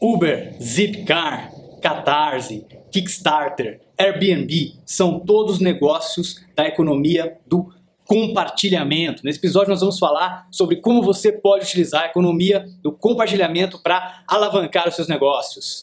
Uber, Zipcar, Catarse, Kickstarter, Airbnb são todos negócios da economia do compartilhamento. Nesse episódio nós vamos falar sobre como você pode utilizar a economia do compartilhamento para alavancar os seus negócios.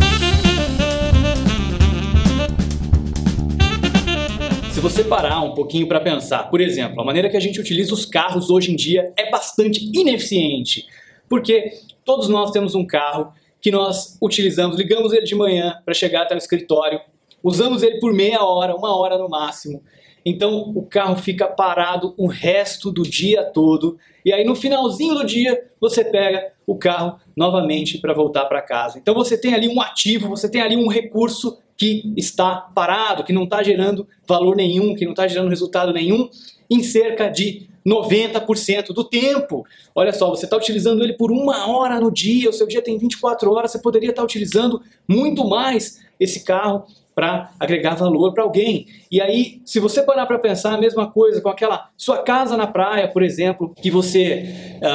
Se você parar um pouquinho para pensar, por exemplo, a maneira que a gente utiliza os carros hoje em dia é bastante ineficiente, porque todos nós temos um carro que nós utilizamos, ligamos ele de manhã para chegar até o escritório, usamos ele por meia hora, uma hora no máximo. Então o carro fica parado o resto do dia todo e aí no finalzinho do dia você pega o carro novamente para voltar para casa. Então você tem ali um ativo, você tem ali um recurso que está parado, que não está gerando valor nenhum, que não está gerando resultado nenhum em cerca de 90% do tempo. Olha só, você está utilizando ele por uma hora no dia, o seu dia tem 24 horas, você poderia estar utilizando muito mais esse carro para agregar valor para alguém. E aí, se você parar para pensar a mesma coisa com aquela sua casa na praia, por exemplo, que você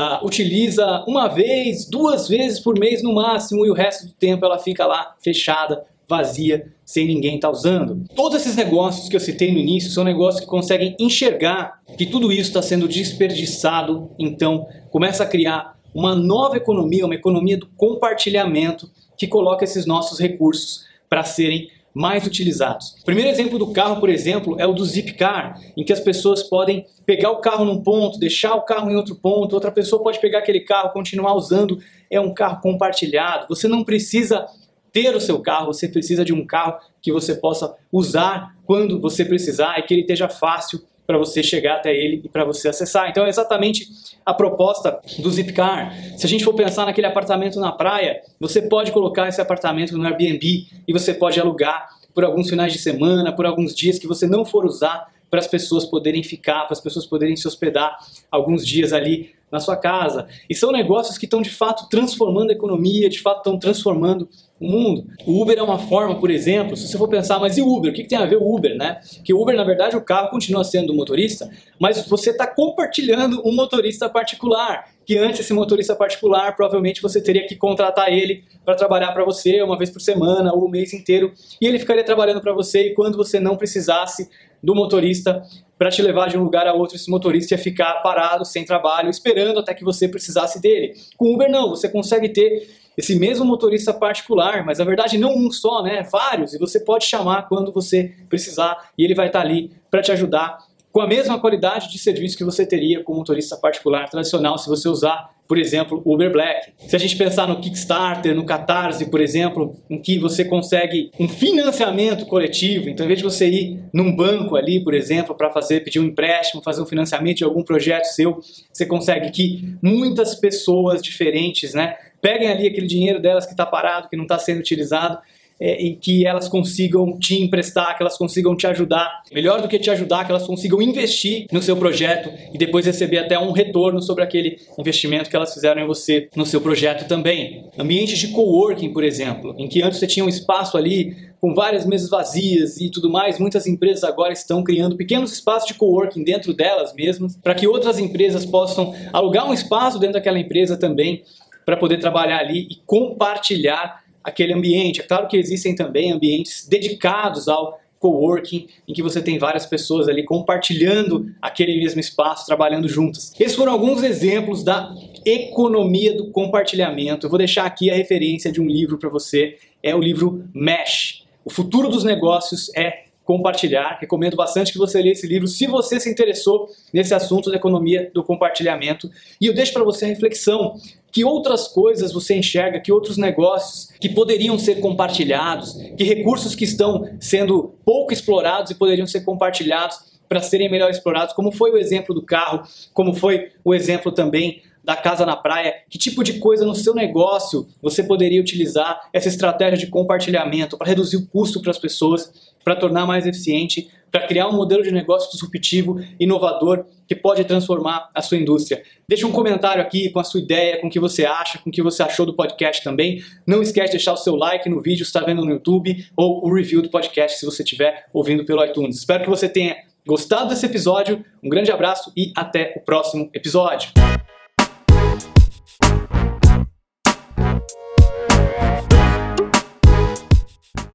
utiliza uma vez, duas vezes por mês no máximo e o resto do tempo ela fica lá fechada, vazia, sem ninguém estar usando. Todos esses negócios que eu citei no início são negócios que conseguem enxergar que tudo isso está sendo desperdiçado, então começa a criar uma nova economia, uma economia do compartilhamento que coloca esses nossos recursos para serem mais utilizados. O primeiro exemplo do carro, por exemplo, é o do Zipcar, em que as pessoas podem pegar o carro num ponto, deixar o carro em outro ponto, outra pessoa pode pegar aquele carro, continuar usando, é um carro compartilhado. Você não precisa ter o seu carro, você precisa de um carro que você possa usar quando você precisar e que ele esteja fácil para você chegar até ele e para você acessar. Então é exatamente a proposta do Zipcar. Se a gente for pensar naquele apartamento na praia, você pode colocar esse apartamento no Airbnb e você pode alugar por alguns finais de semana, por alguns dias que você não for usar, para as pessoas poderem ficar, para as pessoas poderem se hospedar alguns dias ali na sua casa. E são negócios que estão de fato transformando a economia, de fato estão transformando o mundo. O Uber é uma forma, por exemplo, se você for pensar, mas e o Uber? O que tem a ver o Uber, né? Porque o Uber, na verdade, o carro continua sendo do motorista, mas você está compartilhando um motorista particular, que antes esse motorista particular, provavelmente você teria que contratar ele para trabalhar para você uma vez por semana ou o mês inteiro, e ele ficaria trabalhando para você, e quando você não precisasse do motorista para te levar de um lugar a outro, esse motorista ia ficar parado, sem trabalho, esperando até que você precisasse dele. Com o Uber não, você consegue ter esse mesmo motorista particular, mas na verdade não um só, né? Vários, e você pode chamar quando você precisar e ele vai estar ali para te ajudar com a mesma qualidade de serviço que você teria com o motorista particular tradicional se você usar, por exemplo, o Uber Black. Se a gente pensar no Kickstarter, no Catarse, por exemplo, em que você consegue um financiamento coletivo, então em vez de você ir num banco ali, por exemplo, para pedir um empréstimo, fazer um financiamento de algum projeto seu, você consegue que muitas pessoas diferentes, né, peguem ali aquele dinheiro delas que está parado, que não está sendo utilizado, e que elas consigam te emprestar, que elas consigam te ajudar. Melhor do que te ajudar, que elas consigam investir no seu projeto e depois receber até um retorno sobre aquele investimento que elas fizeram em você, no seu projeto também. Ambientes de coworking, por exemplo, em que antes você tinha um espaço ali com várias mesas vazias e tudo mais, muitas empresas agora estão criando pequenos espaços de coworking dentro delas mesmas, para que outras empresas possam alugar um espaço dentro daquela empresa também, para poder trabalhar ali e compartilhar aquele ambiente. É claro que existem também ambientes dedicados ao coworking, em que você tem várias pessoas ali compartilhando aquele mesmo espaço, trabalhando juntas. Esses foram alguns exemplos da economia do compartilhamento. Eu vou deixar aqui a referência de um livro para você, é o livro Mesh. O futuro dos negócios é compartilhar. Recomendo bastante que você leia esse livro se você se interessou nesse assunto da economia do compartilhamento. E eu deixo para você a reflexão: que outras coisas você enxerga, que outros negócios que poderiam ser compartilhados, que recursos que estão sendo pouco explorados e poderiam ser compartilhados para serem melhor explorados, como foi o exemplo do carro, como foi o exemplo também da casa na praia. Que tipo de coisa no seu negócio você poderia utilizar essa estratégia de compartilhamento para reduzir o custo para as pessoas, para tornar mais eficiente, para criar um modelo de negócio disruptivo, inovador, que pode transformar a sua indústria. Deixa um comentário aqui com a sua ideia, com o que você acha, com o que você achou do podcast também. Não esquece de deixar o seu like no vídeo se está vendo no YouTube, ou o review do podcast se você estiver ouvindo pelo iTunes. Espero que você tenha gostado desse episódio. Um grande abraço e até o próximo episódio.